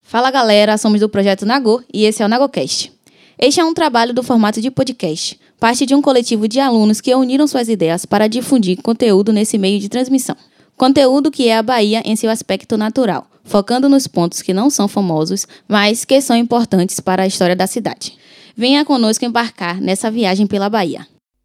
Fala galera, somos do Projeto Nagô e esse é o NagôCast. Este é um trabalho do formato de podcast, parte de um coletivo de alunos que uniram suas ideias para difundir conteúdo nesse meio de transmissão. Conteúdo que é a Bahia em seu aspecto natural, focando nos pontos que não são famosos, mas que são importantes para a história da cidade. Venha conosco embarcar nessa viagem pela Bahia.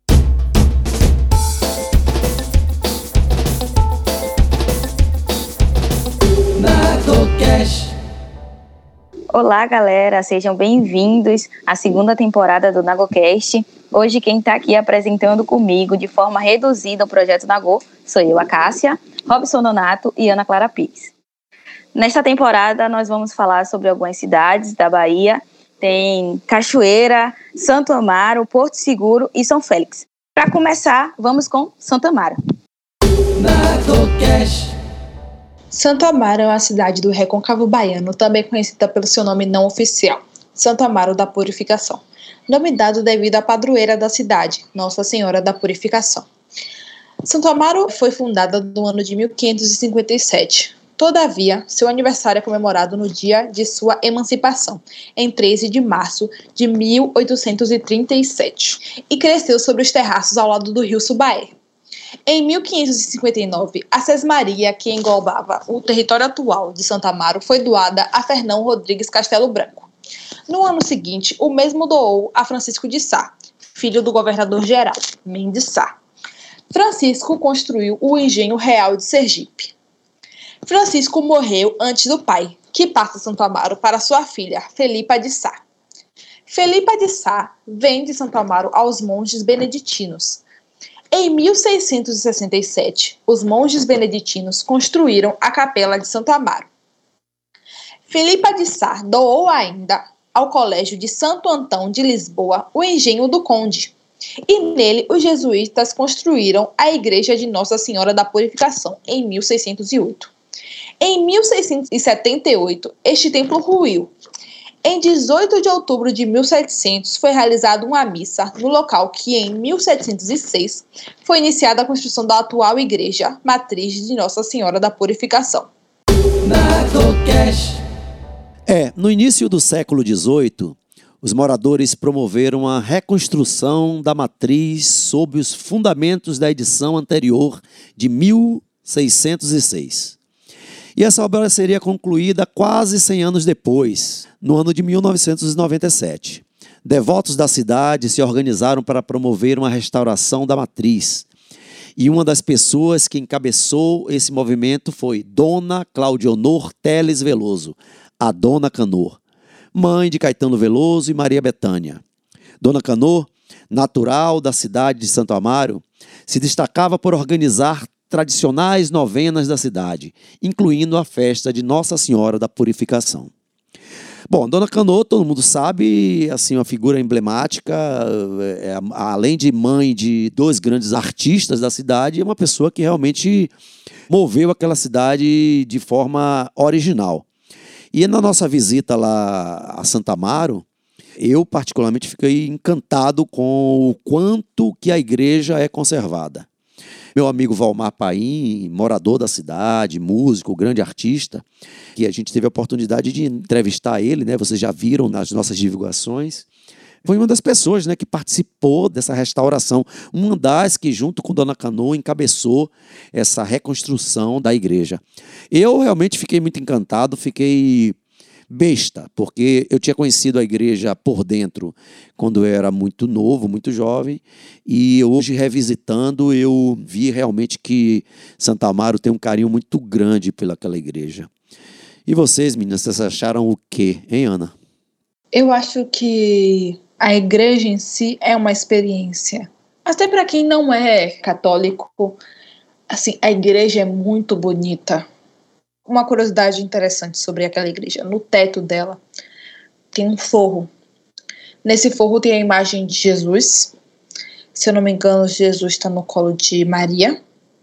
NagôCast. Olá, galera, sejam bem-vindos à segunda temporada do NagôCast. Hoje quem está aqui apresentando comigo de forma reduzida o Projeto Nagô sou eu, a Cássia, Robson Nonato e Ana Clara Pires. Nesta temporada nós vamos falar sobre algumas cidades da Bahia. Tem Cachoeira, Santo Amaro, Porto Seguro e São Félix. Para começar, vamos com Santo Amaro. NagôCast. Santo Amaro é uma cidade do Recôncavo Baiano, também conhecida pelo seu nome não oficial, Santo Amaro da Purificação. Nome dado devido à padroeira da cidade, Nossa Senhora da Purificação. Santo Amaro foi fundada no ano de 1557. Todavia, seu aniversário é comemorado no dia de sua emancipação, em 13 de março de 1837, e cresceu sobre os terraços ao lado do rio Subaé. Em 1559, a Sesmaria, que englobava o território atual de Santo Amaro, foi doada a Fernão Rodrigues Castelo Branco. No ano seguinte, o mesmo doou a Francisco de Sá, filho do governador-geral, Mendes Sá. Francisco construiu o Engenho Real de Sergipe. Francisco morreu antes do pai, que passa Santo Amaro para sua filha, Felipa de Sá. Felipa de Sá vende Santo Amaro aos monges beneditinos. Em 1667, os monges beneditinos construíram a Capela de Santo Amaro. Felipa de Sá doou ainda ao Colégio de Santo Antão de Lisboa o Engenho do Conde, e nele os jesuítas construíram a Igreja de Nossa Senhora da Purificação, em 1608. Em 1678, este templo ruiu. Em 18 de outubro de 1700, foi realizada uma missa no local que, em 1706, foi iniciada a construção da atual igreja matriz de Nossa Senhora da Purificação. NagôCast. No início do século XVIII, os moradores promoveram a reconstrução da matriz sob os fundamentos da edição anterior de 1606. E essa obra seria concluída quase 100 anos depois, no ano de 1997. Devotos da cidade se organizaram para promover uma restauração da matriz. E uma das pessoas que encabeçou esse movimento foi Dona Claudionor Teles Veloso, a Dona Canor, mãe de Caetano Veloso e Maria Bethânia. Dona Canor, natural da cidade de Santo Amaro, se destacava por organizar tradicionais novenas da cidade, incluindo a festa de Nossa Senhora da Purificação. Bom, Dona Canor, todo mundo sabe, assim, uma figura emblemática, além de mãe de dois grandes artistas da cidade, é uma pessoa que realmente moveu aquela cidade de forma original. E na nossa visita lá a Santo Amaro, eu particularmente fiquei encantado com o quanto que a igreja é conservada. Meu amigo Valmar Paim, morador da cidade, músico, grande artista, que a gente teve a oportunidade de entrevistar ele, né? Vocês já viram nas nossas divulgações. Foi uma das pessoas, né, que participou dessa restauração, uma das que, junto com Dona Canor, encabeçou essa reconstrução da igreja. Eu realmente fiquei muito encantado, fiquei besta, porque eu tinha conhecido a igreja por dentro quando eu era muito novo, muito jovem, e hoje, revisitando, eu vi realmente que Santo Amaro tem um carinho muito grande pelaquela igreja. E vocês, meninas, vocês acharam o quê, hein, Ana? Eu acho que a igreja em si é uma experiência. Até para quem não é católico, assim, a igreja é muito bonita. Uma curiosidade interessante sobre aquela igreja: no teto dela tem um forro. Nesse forro tem a imagem de Jesus. Se eu não me engano, Jesus está no colo de Maria.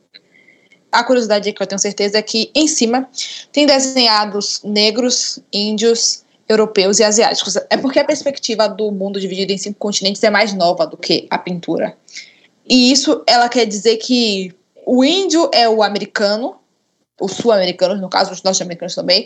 A curiosidade que eu tenho certeza é que em cima tem desenhados negros, índios, europeus e asiáticos. É porque a perspectiva do mundo dividido em 5 continentes é mais nova do que a pintura. E isso, ela quer dizer que o índio é o americano, os sul-americanos, no caso, os norte-americanos também.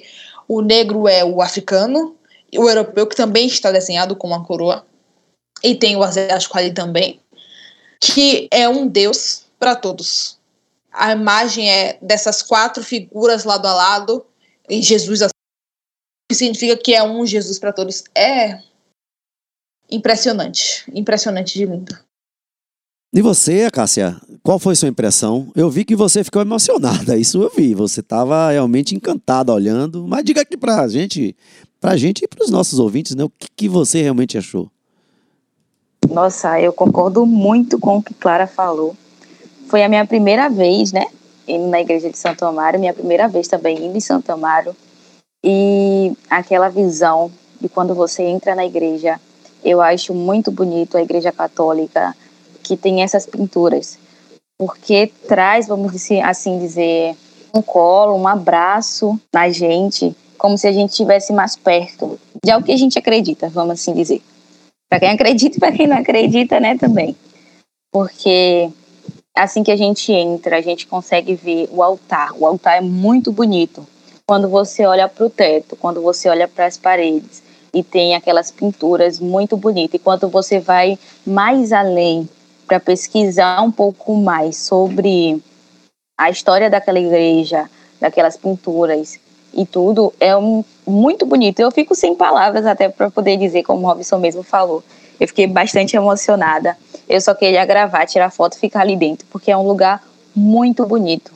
O negro é o africano, e o europeu, que também está desenhado com uma coroa, e tem o asiático ali também, que é um deus para todos. A imagem é dessas 4 figuras lado a lado, e Jesus, que significa que é um Jesus para todos. É impressionante de lindo. E você, Cássia, qual foi sua impressão? Eu vi que você ficou emocionada, isso eu vi. Você estava realmente encantada olhando. Mas diga aqui pra gente e pros nossos ouvintes, né? O que você realmente achou? Nossa, eu concordo muito com o que Clara falou. Foi a minha primeira vez, né, indo na igreja de Santo Amaro, minha primeira vez também indo em Santo Amaro. E aquela visão de quando você entra na igreja, eu acho muito bonito a igreja católica que tem essas pinturas, porque traz, vamos assim dizer, um colo, um abraço na gente, como se a gente estivesse mais perto de algo que a gente acredita, vamos assim dizer. Para quem acredita e para quem não acredita, né, também. Porque assim que a gente entra, a gente consegue ver o altar. O altar é muito bonito. Quando você olha para o teto, quando você olha para as paredes, e tem aquelas pinturas muito bonitas. E quando você vai mais além para pesquisar um pouco mais sobre a história daquela igreja, daquelas pinturas e tudo, muito bonito. Eu fico sem palavras até para poder dizer, como o Robson mesmo falou. Eu fiquei bastante emocionada. Eu só queria gravar, tirar foto e ficar ali dentro, porque é um lugar muito bonito.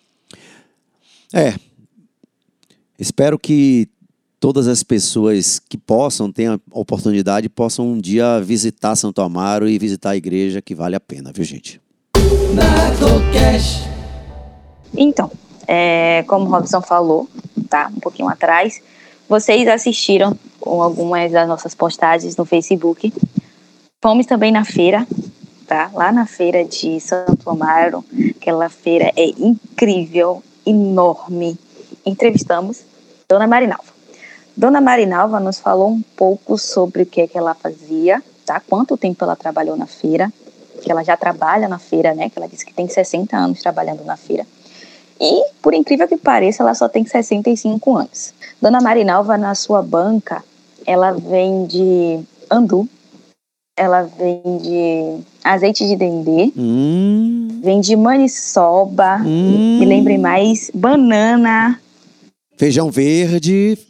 Espero que todas as pessoas que possam, tenham a oportunidade, possam um dia visitar Santo Amaro e visitar a igreja, que vale a pena, viu, gente? NagoCast. Então, como o Robson falou, tá, um pouquinho atrás, vocês assistiram com algumas das nossas postagens no Facebook. Fomos também na feira, tá? Lá na feira de Santo Amaro. Aquela feira é incrível, enorme. Entrevistamos Dona Marinalva. Dona Marinalva nos falou um pouco sobre o que é que ela fazia, tá? Quanto tempo ela trabalhou na feira, que ela já trabalha na feira, né? Que ela disse que tem 60 anos trabalhando na feira. E, por incrível que pareça, ela só tem 65 anos. Dona Marinalva, na sua banca, ela vende andu, ela vende azeite de dendê, vende maniçoba, me lembrei mais, banana, feijão verde.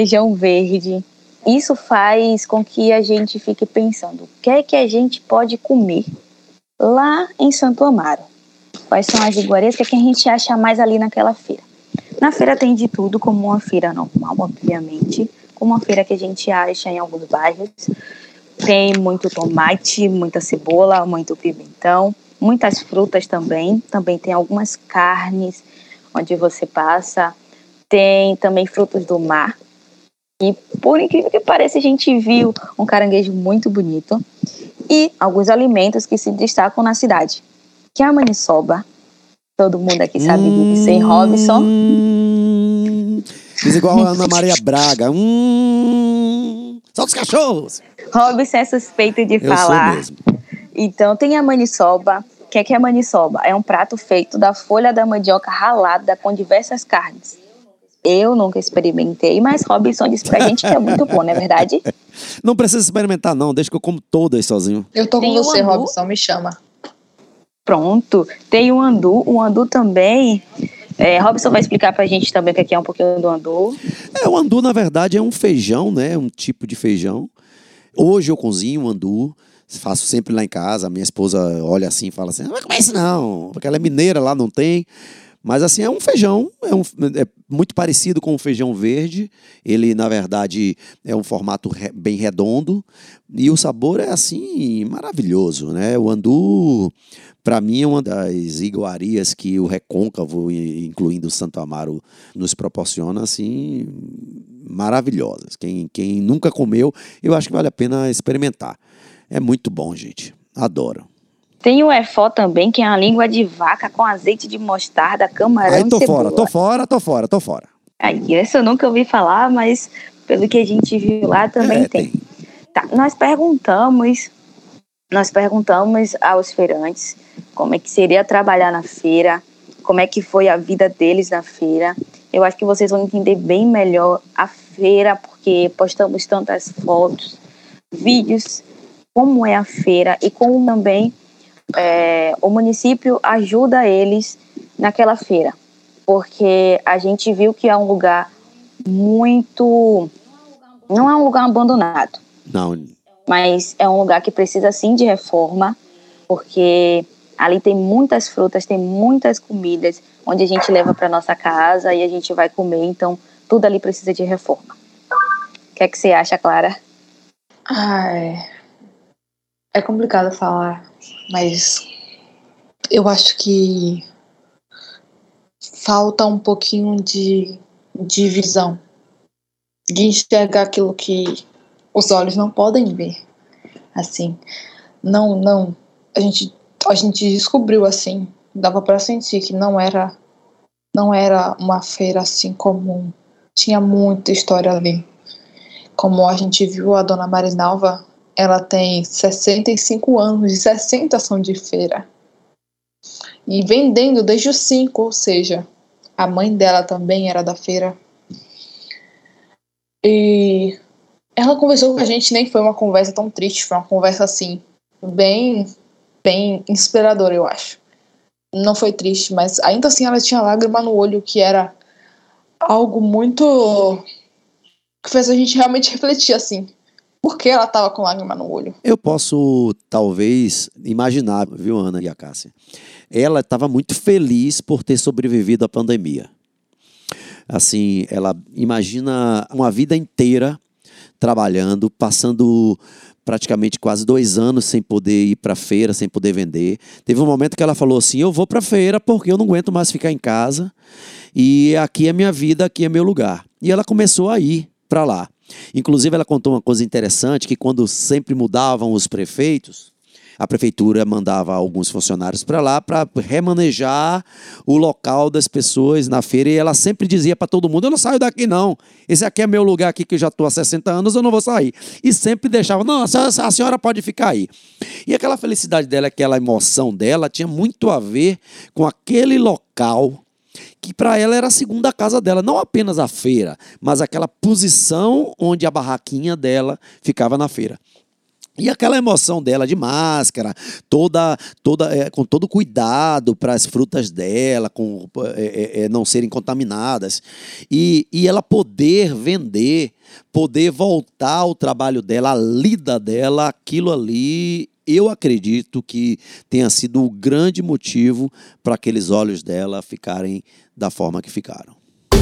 Isso faz com que a gente fique pensando, o que é que a gente pode comer lá em Santo Amaro? Quais são as iguarias, que é que a gente acha mais ali naquela feira? Na feira tem de tudo, como uma feira normal, obviamente, como uma feira que a gente acha em alguns bairros. Tem muito tomate, muita cebola, muito pimentão, muitas frutas também. Também tem algumas carnes onde você passa. Tem também frutos do mar. E, por incrível que pareça, a gente viu um caranguejo muito bonito. E alguns alimentos que se destacam na cidade, que é a maniçoba. Todo mundo aqui sabe disso, sem Robson. Fiz igual a Ana Maria Braga. Solta os cachorros! Robson é suspeito de falar. Sou mesmo. Então, tem a maniçoba. O que é a maniçoba? É um prato feito da folha da mandioca ralada com diversas carnes. Eu nunca experimentei, mas Robson disse pra gente que é muito bom, não é verdade? Não precisa experimentar, não. Deixa que eu como todas sozinho. Eu tô com Tem você, o andu. Robson, me chama. Pronto. Tem o andu também. Robson vai explicar pra gente também o que é um pouquinho do andu. O andu, na verdade, é um feijão, né? Um tipo de feijão. Hoje eu cozinho o andu. Faço sempre lá em casa. A minha esposa olha assim e fala assim, não vai comer isso não, porque ela é mineira, lá não tem. Mas assim, é um feijão, é muito parecido com o feijão verde. Ele, na verdade, é um formato bem redondo. E o sabor é, assim, maravilhoso, né? O andu, para mim, é uma das iguarias que o Recôncavo, incluindo o Santo Amaro, nos proporciona, assim, maravilhosas. Quem nunca comeu, eu acho que vale a pena experimentar. É muito bom, gente. Adoro. Tem o efó também, que é uma língua de vaca com azeite de mostarda, camarão e cebola. Tô fora. Aí, essa eu nunca ouvi falar, mas pelo que a gente viu lá também tem. Tá, nós perguntamos aos feirantes como é que seria trabalhar na feira, como é que foi a vida deles na feira. Eu acho que vocês vão entender bem melhor a feira, porque postamos tantas fotos, vídeos, como é a feira e como também o município ajuda eles naquela feira. Porque a gente viu que é um lugar muito... Não é um lugar abandonado. Não. Mas é um lugar que precisa sim de reforma, porque ali tem muitas frutas, tem muitas comidas, onde a gente leva para nossa casa e a gente vai comer, então tudo ali precisa de reforma. O que é que você acha, Clara? É complicado falar, mas eu acho que falta um pouquinho de visão, de enxergar aquilo que os olhos não podem ver. Assim, não, a gente descobriu assim, dava para sentir que não era uma feira assim comum, tinha muita história ali. Como a gente viu, a dona Marinalva, ela tem 65 anos e 60 são de feira. E vendendo desde os 5, ou seja, a mãe dela também era da feira. E ela conversou com a gente, nem foi uma conversa tão triste, foi uma conversa assim, bem inspiradora, eu acho. Não foi triste, mas ainda assim ela tinha lágrima no olho, que era algo muito... que fez a gente realmente refletir, assim, por que ela tava com lágrima no olho. Eu posso, talvez, imaginar, viu, Ana e a Cássia? Ela estava muito feliz por ter sobrevivido à pandemia. Assim, ela imagina uma vida inteira trabalhando, passando praticamente quase 2 anos sem poder ir para a feira, sem poder vender. Teve um momento que ela falou assim, eu vou para a feira porque eu não aguento mais ficar em casa e aqui é minha vida, aqui é meu lugar. E ela começou a ir para lá. Inclusive, ela contou uma coisa interessante, que quando sempre mudavam os prefeitos, a prefeitura mandava alguns funcionários para lá para remanejar o local das pessoas na feira, e ela sempre dizia para todo mundo, eu não saio daqui não, esse aqui é meu lugar aqui que eu já estou há 60 anos, eu não vou sair. E sempre deixava, não, a senhora pode ficar aí. E aquela felicidade dela, aquela emoção dela, tinha muito a ver com aquele local que para ela era a segunda casa dela, não apenas a feira, mas aquela posição onde a barraquinha dela ficava na feira. E aquela emoção dela de máscara, com todo cuidado para as frutas dela, não serem contaminadas. E ela poder vender, poder voltar ao trabalho dela, à lida dela, aquilo ali, eu acredito que tenha sido o grande motivo para aqueles olhos dela ficarem da forma que ficaram.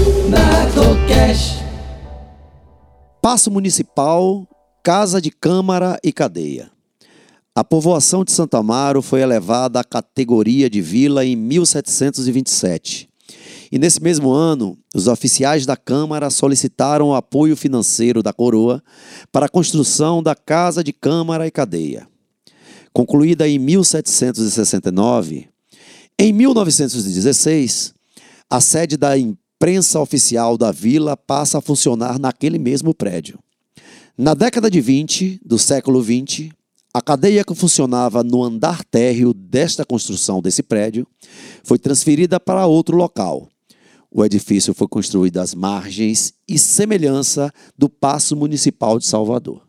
Paço Municipal, Casa de Câmara e Cadeia. A povoação de Santo Amaro foi elevada à categoria de vila em 1727. E nesse mesmo ano, os oficiais da Câmara solicitaram o apoio financeiro da coroa para a construção da Casa de Câmara e Cadeia. Concluída em 1769, em 1916, a sede da imprensa oficial da vila passa a funcionar naquele mesmo prédio. Na década de 20 do século XX, a cadeia que funcionava no andar térreo desta construção desse prédio foi transferida para outro local. O edifício foi construído às margens e semelhança do Paço Municipal de Salvador.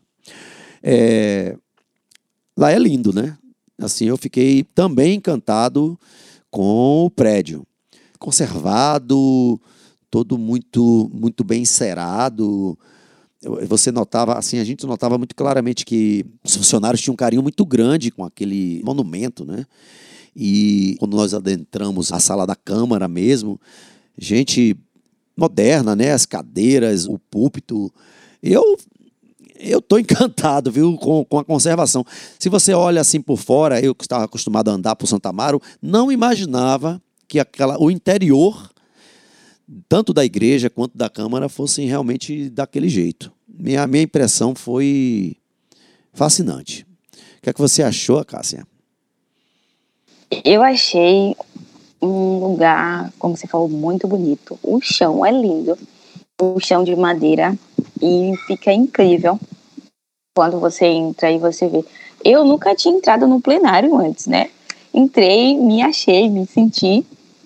Lá é lindo, né? Assim, eu fiquei também encantado com o prédio. Conservado, todo muito bem encerado. Você notava, assim, a gente notava muito claramente que os funcionários tinham um carinho muito grande com aquele monumento, né? E quando nós adentramos a sala da Câmara mesmo, gente moderna, né? As cadeiras, o púlpito. Eu estou encantado, viu, com a conservação. Se você olha assim por fora, eu que estava acostumado a andar por Santo Amaro, não imaginava que o interior, tanto da igreja quanto da Câmara, fossem realmente daquele jeito. Minha impressão foi fascinante. O que é que você achou, Cássia? Eu achei um lugar, como você falou, muito bonito. O chão é lindo. O chão de madeira, e fica incrível quando você entra e você vê. Eu nunca tinha entrado no plenário antes, né? Entrei, me achei, me senti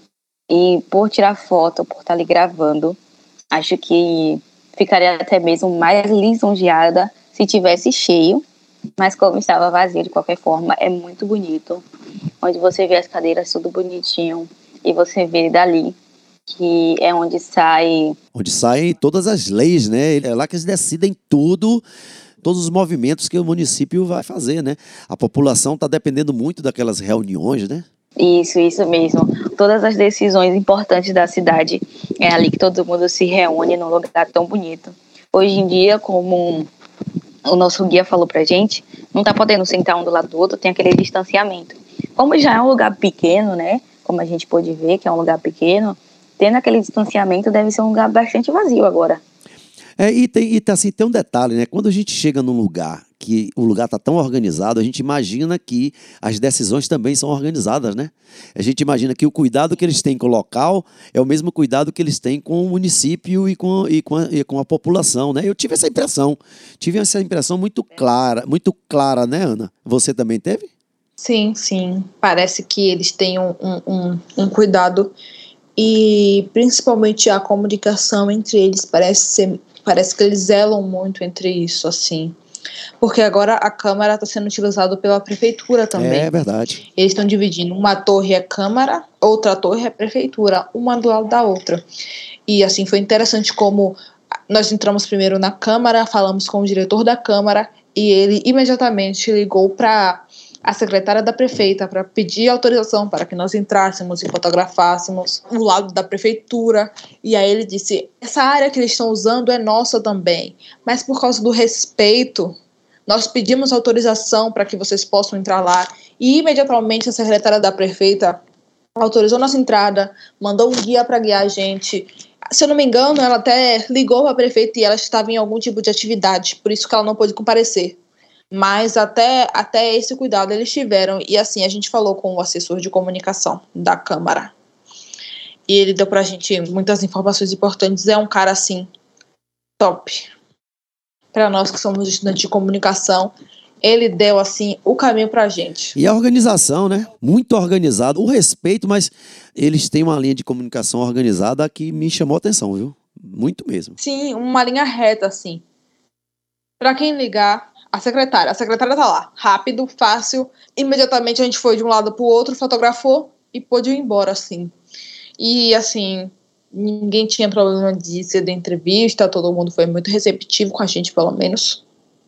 E por tirar foto, por estar ali gravando, acho que ficaria até mesmo mais lisonjeada se tivesse cheio, mas como estava vazio de qualquer forma, é muito bonito. Onde você vê as cadeiras tudo bonitinho e você vê dali que é onde sai... Onde saem todas as leis, né? É lá que eles decidem tudo, todos os movimentos que o município vai fazer, né? A população está dependendo muito daquelas reuniões, né? Isso mesmo. Todas as decisões importantes da cidade é ali que todo mundo se reúne num lugar tão bonito. Hoje em dia, como o nosso guia falou pra gente, não tá podendo sentar um do lado do outro, tem aquele distanciamento. Como já é um lugar pequeno, né? Como a gente pôde ver que é um lugar pequeno, tendo aquele distanciamento deve ser um lugar bastante vazio agora. Assim, tem um detalhe, né? Quando a gente chega num lugar que o lugar está tão organizado, a gente imagina que as decisões também são organizadas, né? A gente imagina que o cuidado que eles têm com o local é o mesmo cuidado que eles têm com o município e com a população, né? Eu tive essa impressão muito clara, né, Ana? Você também teve? Sim, sim. Parece que eles têm um cuidado e principalmente a comunicação entre eles parece que eles zelam muito entre isso, assim. Porque agora a Câmara está sendo utilizada pela Prefeitura também. É verdade. Eles estão dividindo. Uma torre é Câmara, outra torre é Prefeitura, uma do lado da outra. E assim, foi interessante como nós entramos primeiro na Câmara, falamos com o diretor da Câmara e ele imediatamente ligou para a secretária da prefeita para pedir autorização para que nós entrássemos e fotografássemos o lado da prefeitura. E aí ele disse, essa área que eles estão usando é nossa também, mas por causa do respeito, nós pedimos autorização para que vocês possam entrar lá. E imediatamente a secretária da prefeita autorizou nossa entrada, mandou um guia para guiar a gente. Se eu não me engano, ela até ligou para a prefeita e ela estava em algum tipo de atividade, por isso que ela não pôde comparecer. Mas até esse cuidado eles tiveram. E assim, a gente falou com o assessor de comunicação da Câmara. E ele deu pra gente muitas informações importantes. É um cara, assim, top. Para nós que somos estudantes de comunicação, ele deu, assim, o caminho pra gente. E a organização, né? Muito organizado. O respeito, mas eles têm uma linha de comunicação organizada que me chamou a atenção, viu? Muito mesmo. Sim, uma linha reta, assim. Pra quem ligar... A secretária tá lá, rápido, fácil, imediatamente a gente foi de um lado pro outro, fotografou e pôde ir embora, assim. E, assim, ninguém tinha problema de ser da entrevista, todo mundo foi muito receptivo com a gente, pelo menos.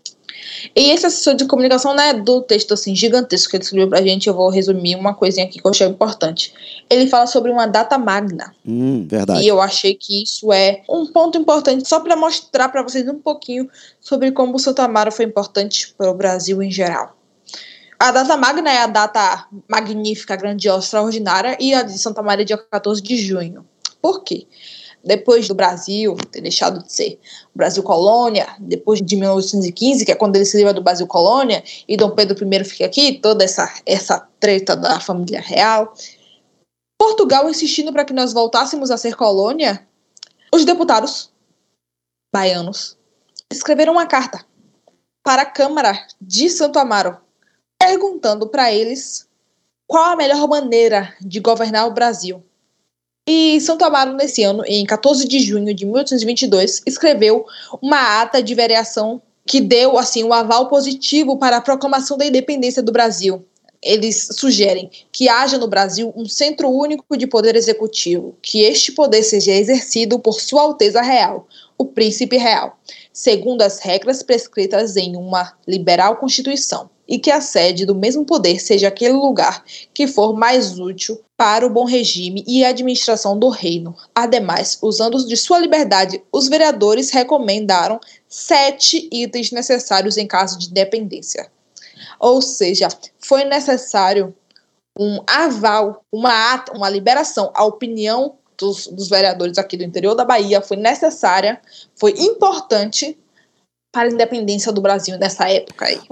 E esse assessor de comunicação, né, do texto, assim, gigantesco que ele escreveu pra gente, eu vou resumir uma coisinha aqui que eu achei importante. Ele fala sobre uma data magna. Verdade. E eu achei que isso é um ponto importante, só para mostrar para vocês um pouquinho sobre como o Santo Amaro foi importante para o Brasil em geral. A data magna é a data magnífica, grandiosa, extraordinária, e a de Santa Maria é dia 14 de junho. Por quê? Depois do Brasil ter deixado de ser Brasil colônia, depois de 1915, que é quando ele se livra do Brasil colônia, e Dom Pedro I fica aqui, toda essa treta da família real, Portugal insistindo para que nós voltássemos a ser colônia, os deputados baianos escreveram uma carta para a Câmara de Santo Amaro, perguntando para eles qual a melhor maneira de governar o Brasil. E Santo Amaro, nesse ano, em 14 de junho de 1822, escreveu uma ata de vereação que deu assim, um aval positivo para a proclamação da independência do Brasil. Eles sugerem que haja no Brasil um centro único de poder executivo, que este poder seja exercido por Sua Alteza Real, o Príncipe Real, segundo as regras prescritas em uma liberal Constituição, e que a sede do mesmo poder seja aquele lugar que for mais útil para o bom regime e administração do reino. Ademais, usando de sua liberdade, os vereadores recomendaram 7 itens necessários em caso de independência. Ou seja, foi necessário um aval, uma ata, uma liberação. A opinião dos vereadores aqui do interior da Bahia foi necessária, foi importante para a independência do Brasil nessa época aí.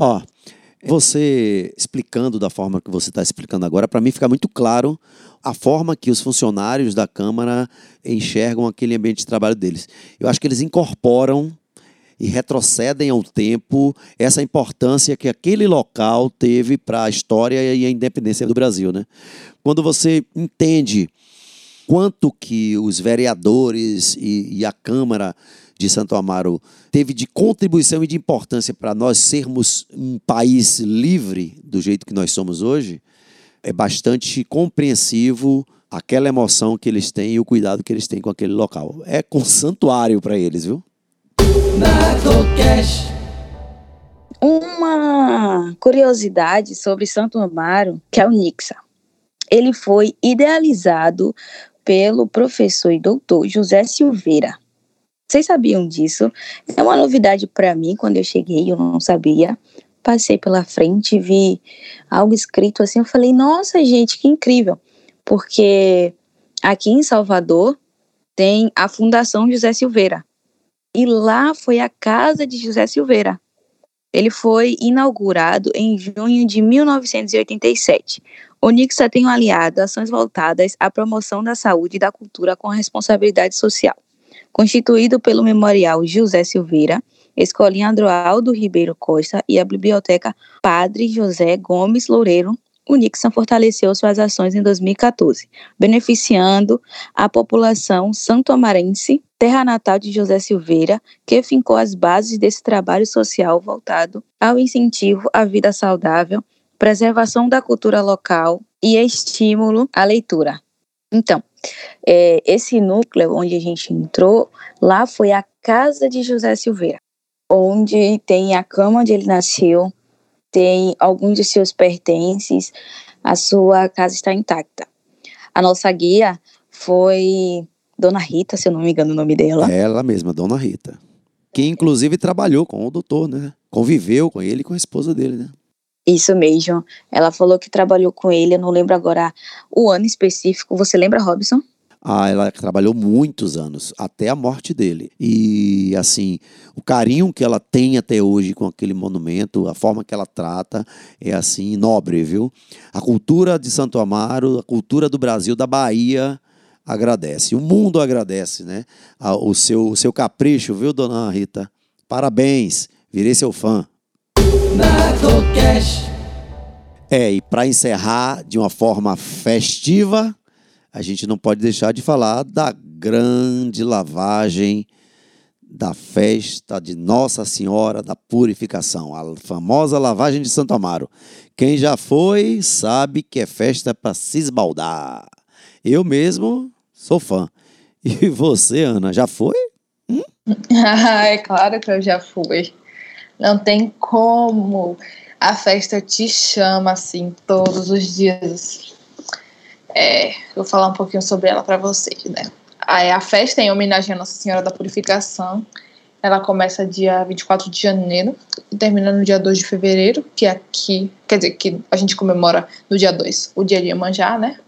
Você explicando da forma que você está explicando agora, para mim fica muito claro a forma que os funcionários da Câmara enxergam aquele ambiente de trabalho deles. Eu acho que eles incorporam e retrocedem ao tempo essa importância que aquele local teve para a história e a independência do Brasil, né? Quando você entende quanto que os vereadores e a Câmara de Santo Amaro teve de contribuição e de importância para nós sermos um país livre do jeito que nós somos hoje, é bastante compreensivo aquela emoção que eles têm e o cuidado que eles têm com aquele local. É com santuário para eles, viu? NagoCast. Uma curiosidade sobre Santo Amaro, que é o Nixa. Ele foi idealizado pelo professor e doutor José Silveira. Vocês sabiam disso? É uma novidade para mim. Quando eu cheguei, eu não sabia. Passei pela frente, vi algo escrito assim, eu falei, nossa, gente, que incrível. Porque aqui em Salvador tem a Fundação José Silveira. E lá foi a casa de José Silveira. Ele foi inaugurado em junho de 1987. O Nixa tem um aliado ações voltadas à promoção da saúde e da cultura com responsabilidade social. Constituído pelo Memorial José Silveira, Escolinha Adroaldo Ribeiro Costa e a Biblioteca Padre José Gomes Loureiro, o Nixa fortaleceu suas ações em 2014, beneficiando a população santo-amarense, terra natal de José Silveira, que fincou as bases desse trabalho social voltado ao incentivo à vida saudável, preservação da cultura local e estímulo à leitura. Então, esse núcleo onde a gente entrou, lá foi a casa de José Silveira, onde tem a cama onde ele nasceu, tem alguns de seus pertences, a sua casa está intacta. A nossa guia foi Dona Rita, se eu não me engano o nome dela. Ela mesma, Dona Rita. Que inclusive trabalhou com o doutor, né? Conviveu com ele e com a esposa dele, né? Isso mesmo. Ela falou que trabalhou com ele, eu não lembro agora o ano específico. Você lembra, Robson? Ela trabalhou muitos anos, até a morte dele. E, assim, o carinho que ela tem até hoje com aquele monumento, a forma que ela trata, é, assim, nobre, viu? A cultura de Santo Amaro, a cultura do Brasil, da Bahia, agradece. O mundo agradece, né? O seu capricho, viu, Dona Rita? Parabéns, virei seu fã. NagoCast. E para encerrar de uma forma festiva, a gente não pode deixar de falar da grande lavagem da festa de Nossa Senhora da Purificação, a famosa lavagem de Santo Amaro. Quem já foi sabe que é festa para se esbaldar. Eu mesmo sou fã. E você, Ana, já foi? É claro que eu já fui. Não tem como. A festa te chama, assim, todos os dias. Vou falar um pouquinho sobre ela para vocês, né? A festa é em homenagem à Nossa Senhora da Purificação. Ela começa dia 24 de janeiro e termina no dia 2 de fevereiro, que é aqui, quer dizer, que a gente comemora no dia 2, o dia de Iemanjá, né?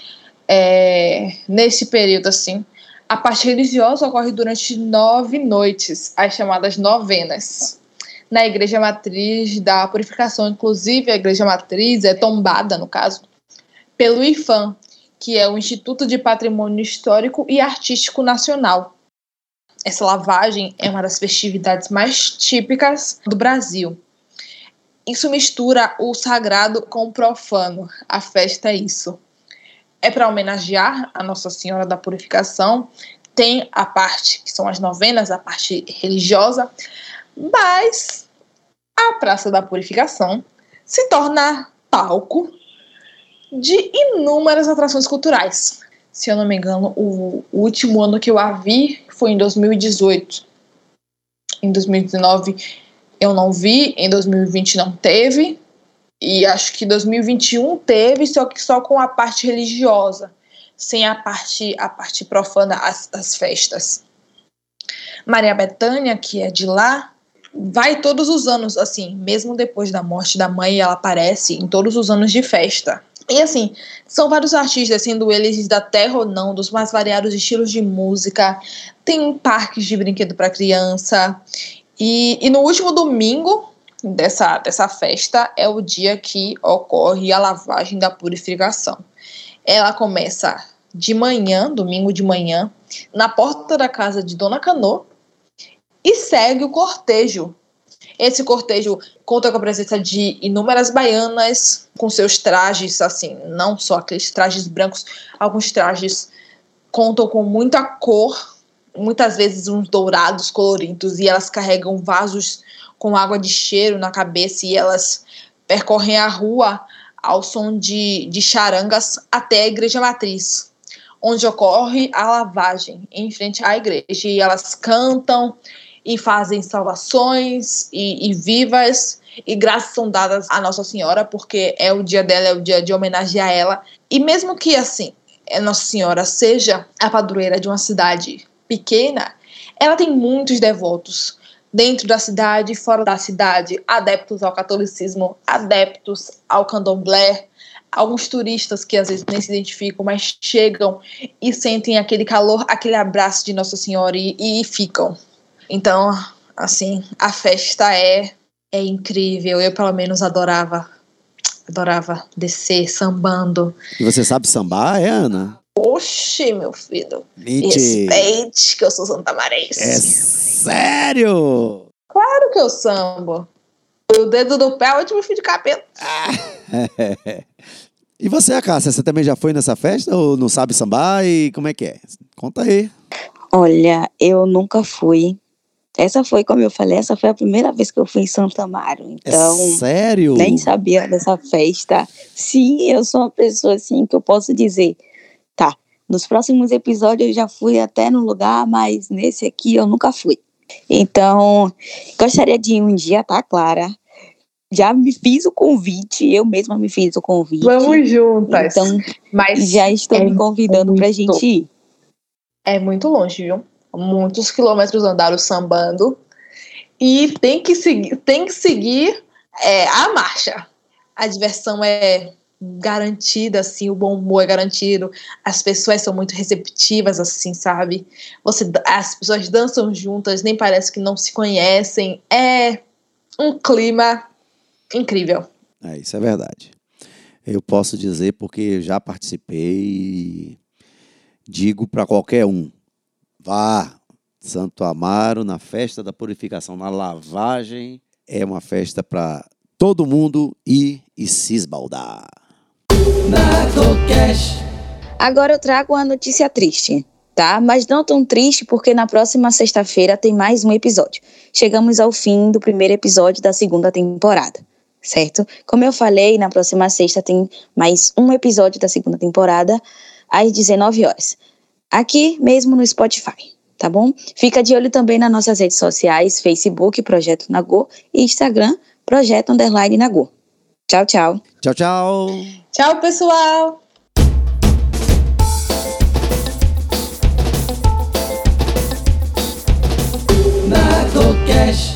Nesse período, assim, a parte religiosa ocorre durante 9 noites, as chamadas novenas. Na Igreja Matriz da Purificação, inclusive a Igreja Matriz é tombada, no caso, pelo IPHAN, que é o Instituto de Patrimônio Histórico e Artístico Nacional. Essa lavagem é uma das festividades mais típicas do Brasil. Isso mistura o sagrado com o profano. A festa é isso. É para homenagear a Nossa Senhora da Purificação. Tem a parte que são as novenas, a parte religiosa, mas a Praça da Purificação se torna palco de inúmeras atrações culturais. Se eu não me engano, o último ano que eu a vi foi em 2018. Em 2019 eu não vi, em 2020 não teve, e acho que 2021 teve, só que só com a parte religiosa, sem a parte profana, as festas. Maria Bethânia, que é de lá, vai todos os anos, assim, mesmo depois da morte da mãe, ela aparece em todos os anos de festa. E assim, são vários artistas, sendo eles da terra ou não, dos mais variados estilos de música, tem parques de brinquedo para criança, e no último domingo dessa festa é o dia que ocorre a lavagem da purificação. Ela começa de manhã, domingo de manhã, na porta da casa de Dona Canô, e segue o cortejo. Esse cortejo conta com a presença de inúmeras baianas com seus trajes, assim, não só aqueles trajes brancos, alguns trajes contam com muita cor, muitas vezes uns dourados coloridos, e elas carregam vasos com água de cheiro na cabeça e elas percorrem a rua ao som de charangas até a igreja matriz, onde ocorre a lavagem em frente à igreja. E elas cantam e fazem salvações e vivas, e graças são dadas a Nossa Senhora, porque é o dia dela, é o dia de homenagear ela. E mesmo que assim, Nossa Senhora seja a padroeira de uma cidade pequena, ela tem muitos devotos dentro da cidade e fora da cidade, adeptos ao catolicismo, adeptos ao candomblé, alguns turistas que às vezes nem se identificam, mas chegam e sentem aquele calor, aquele abraço de Nossa Senhora e ficam. Então, assim, a festa é incrível. Eu, pelo menos, adorava descer sambando. E você sabe sambar, Ana? Oxi, meu filho. Mentira. Respeite que eu sou santamarense. É sério? Claro que eu sambo. O dedo do pé é o último fio de cabelo. E você, Cássia, você também já foi nessa festa ou não sabe sambar? E como é que é? Conta aí. Olha, eu nunca fui. Essa foi, como eu falei, essa foi a primeira vez que eu fui em Santo Amaro. Então, é sério? Nem sabia dessa festa. Sim, eu sou uma pessoa assim que eu posso dizer, tá, nos próximos episódios eu já fui até no lugar, mas nesse aqui eu nunca fui. Então, gostaria de ir um dia, tá, Clara? Já me fiz o convite, eu mesma me fiz o convite. Vamos juntas. Então, mas já estou me convidando pra gente ir. É muito longe, viu? Muitos quilômetros andaram sambando. E tem que seguir a marcha. A diversão é garantida, assim, o bom humor é garantido. As pessoas são muito receptivas, assim, sabe? As pessoas dançam juntas, nem parece que não se conhecem. É um clima incrível. Isso é verdade. Eu posso dizer porque já participei e digo para qualquer um: vá, Santo Amaro, na festa da purificação, na lavagem, é uma festa para todo mundo ir e se esbaldar. Agora eu trago uma notícia triste, tá? Mas não tão triste porque na próxima sexta-feira tem mais um episódio. Chegamos ao fim do primeiro episódio da segunda temporada, certo? Como eu falei, na próxima sexta tem mais um episódio da segunda temporada às 19 horas. Aqui mesmo no Spotify, tá bom? Fica de olho também nas nossas redes sociais, Facebook, Projeto Nagô, e Instagram, Projeto_Nagô. Tchau, tchau. Tchau, tchau. Tchau, pessoal. NagoCast.